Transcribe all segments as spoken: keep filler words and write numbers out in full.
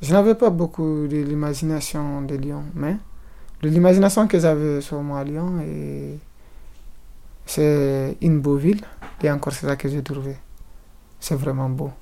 Je n'avais pas beaucoup de l'imagination de Lyon, mais de l'imagination que j'avais sur moi à Lyon, et c'est une beau ville, et encore c'est ça que j'ai trouvé. C'est vraiment beau.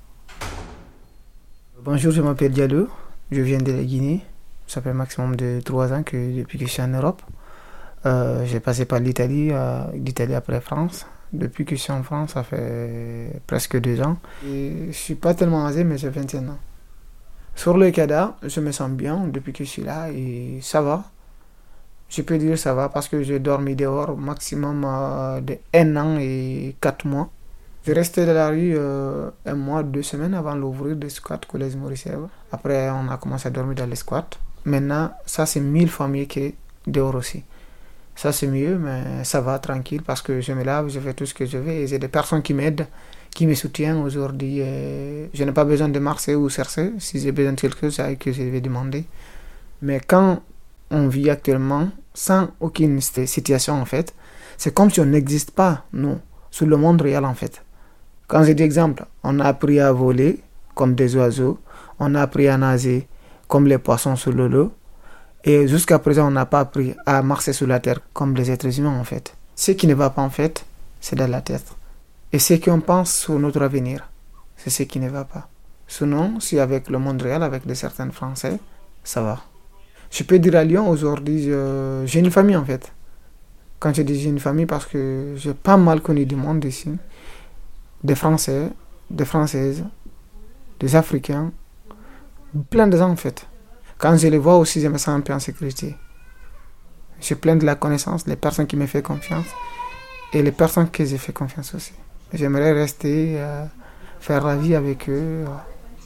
Bonjour, je m'appelle Diallo, je viens de la Guinée. Ça fait maximum de trois ans que depuis que je suis en Europe. Euh, j'ai passé par l'Italie, euh, l'Italie après France. Depuis que je suis en France, ça fait presque deux ans. Et je ne suis pas tellement âgé, mais j'ai vingt et un ans. Sur le Canada, je me sens bien depuis que je suis là et ça va. Je peux dire ça va parce que j'ai dormi dehors maximum euh, de un an et quatre mois. Je restais dans la rue euh, un mois, deux semaines avant l'ouvrir des squats Collège Maurice Evre. Après, on a commencé à dormir dans les squats. Maintenant, ça c'est mille fois mieux que dehors aussi. Ça c'est mieux, mais ça va tranquille parce que je me lave, je fais tout ce que je veux et j'ai des personnes qui m'aident, qui me soutiennent aujourd'hui. Et je n'ai pas besoin de marcher ou chercher. Si j'ai besoin de quelque chose, c'est à eux que je vais demander. Mais quand on vit actuellement sans aucune situation en fait, c'est comme si on n'existe pas, nous, sur le monde réel en fait. Quand je dis exemple, on a appris à voler comme des oiseaux, on a appris à nager comme les poissons sur le lot, et jusqu'à présent on n'a pas appris à marcher sur la terre comme les êtres humains en fait. Ce qui ne va pas en fait, c'est dans la tête. Et ce qu'on pense sur notre avenir, c'est ce qui ne va pas. Sinon, si avec le monde réel, avec des certains Français, ça va. Je peux dire à Lyon aujourd'hui, je, j'ai une famille en fait. Quand je dis j'ai une famille, parce que j'ai pas mal connu du monde ici. Des Français, des Françaises, des Africains, plein de gens en fait. Quand je les vois aussi, je me sens un peu en sécurité. J'ai plein de la connaissance, les personnes qui me font confiance et les personnes que j'ai fait confiance aussi. J'aimerais rester, euh, faire la vie avec eux. Euh.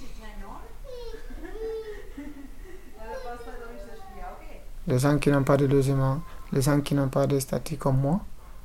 Les gens qui n'ont pas de logement, les gens qui n'ont pas de statut comme moi,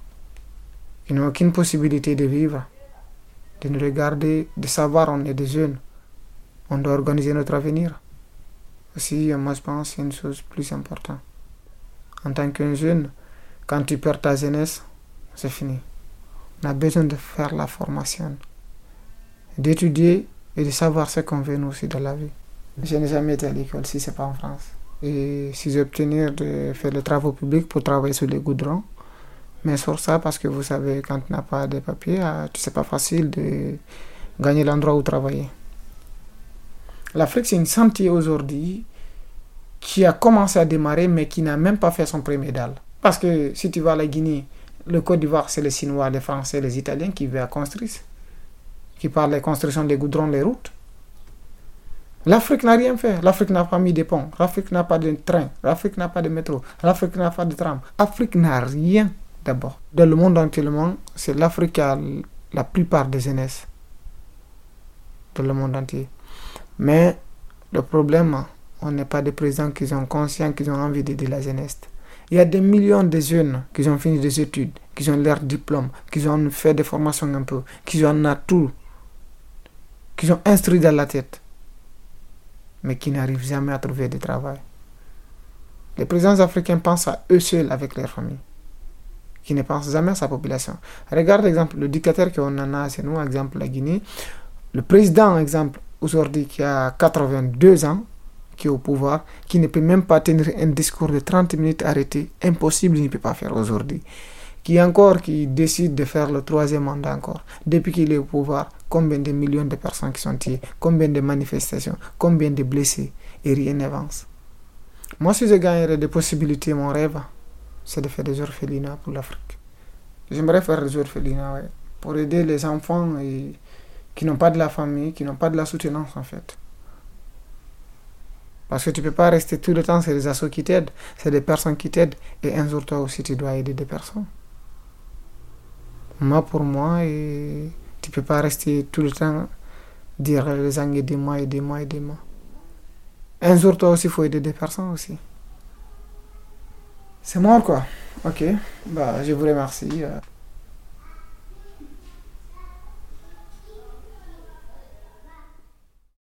ils n'ont aucune possibilité de vivre, de nous regarder, de savoir on est des jeunes. On doit organiser notre avenir. Aussi, moi je pense que c'est une chose plus importante. En tant qu'un jeune, quand tu perds ta jeunesse, c'est fini. On a besoin de faire la formation, d'étudier et de savoir ce qu'on veut nous aussi dans la vie. Je n'ai jamais été à l'école si ce n'est pas en France. Et si j'obtenir de faire les travaux publics pour travailler sur les goudrons, mais sur ça, parce que vous savez, quand tu n'as pas de papier, c'est pas facile de gagner l'endroit où travailler. L'Afrique, c'est une sentier aujourd'hui qui a commencé à démarrer, mais qui n'a même pas fait son premier dalle. Parce que si tu vas à la Guinée, le Côte d'Ivoire, c'est les Chinois, les Français, les Italiens qui veulent construire, qui parlent de la construction des goudrons, des routes. L'Afrique n'a rien fait. L'Afrique n'a pas mis de ponts. L'Afrique n'a pas de train. L'Afrique n'a pas de métro. L'Afrique n'a pas de tram. L'Afrique n'a rien d'abord. Dans le monde entièrement, c'est l'Afrique qui a la plupart des jeunesses. Dans le monde entier. Mais le problème, on n'est pas des présidents qui sont conscients, qui ont envie d'aider la jeunesse. Il y a des millions de jeunes qui ont fini des études, qui ont leur diplôme, qui ont fait des formations un peu, qui ont tout, qui ont instruit dans la tête, mais qui n'arrivent jamais à trouver de travail. Les présidents africains pensent à eux seuls avec leur famille, qui ne pensent jamais à sa population. Regarde, exemple, le dictateur qu'on en a chez nous, exemple la Guinée, le président, exemple, aujourd'hui qui a quatre-vingt-deux ans, qui est au pouvoir, qui ne peut même pas tenir un discours de trente minutes arrêté, impossible, il ne peut pas faire aujourd'hui. Qui encore, qui décide de faire le troisième mandat encore. Depuis qu'il est au pouvoir, combien de millions de personnes qui sont tuées, combien de manifestations, combien de blessés, et rien n'avance. Moi, si je gagnerais des possibilités, mon rêve, c'est de faire des orphelinats pour l'Afrique. J'aimerais faire des orphelinats, ouais, pour aider les enfants et, qui n'ont pas de la famille, qui n'ont pas de la soutenance en fait. Parce que tu ne peux pas rester tout le temps, c'est des assos qui t'aident, c'est des personnes qui t'aident, et un jour toi aussi tu dois aider des personnes. Moi pour moi, et tu ne peux pas rester tout le temps dire les gens aidez-moi, aidez-moi, aidez-moi. Un jour toi aussi il faut aider des personnes aussi. C'est mort quoi. Ok, bah, je vous remercie.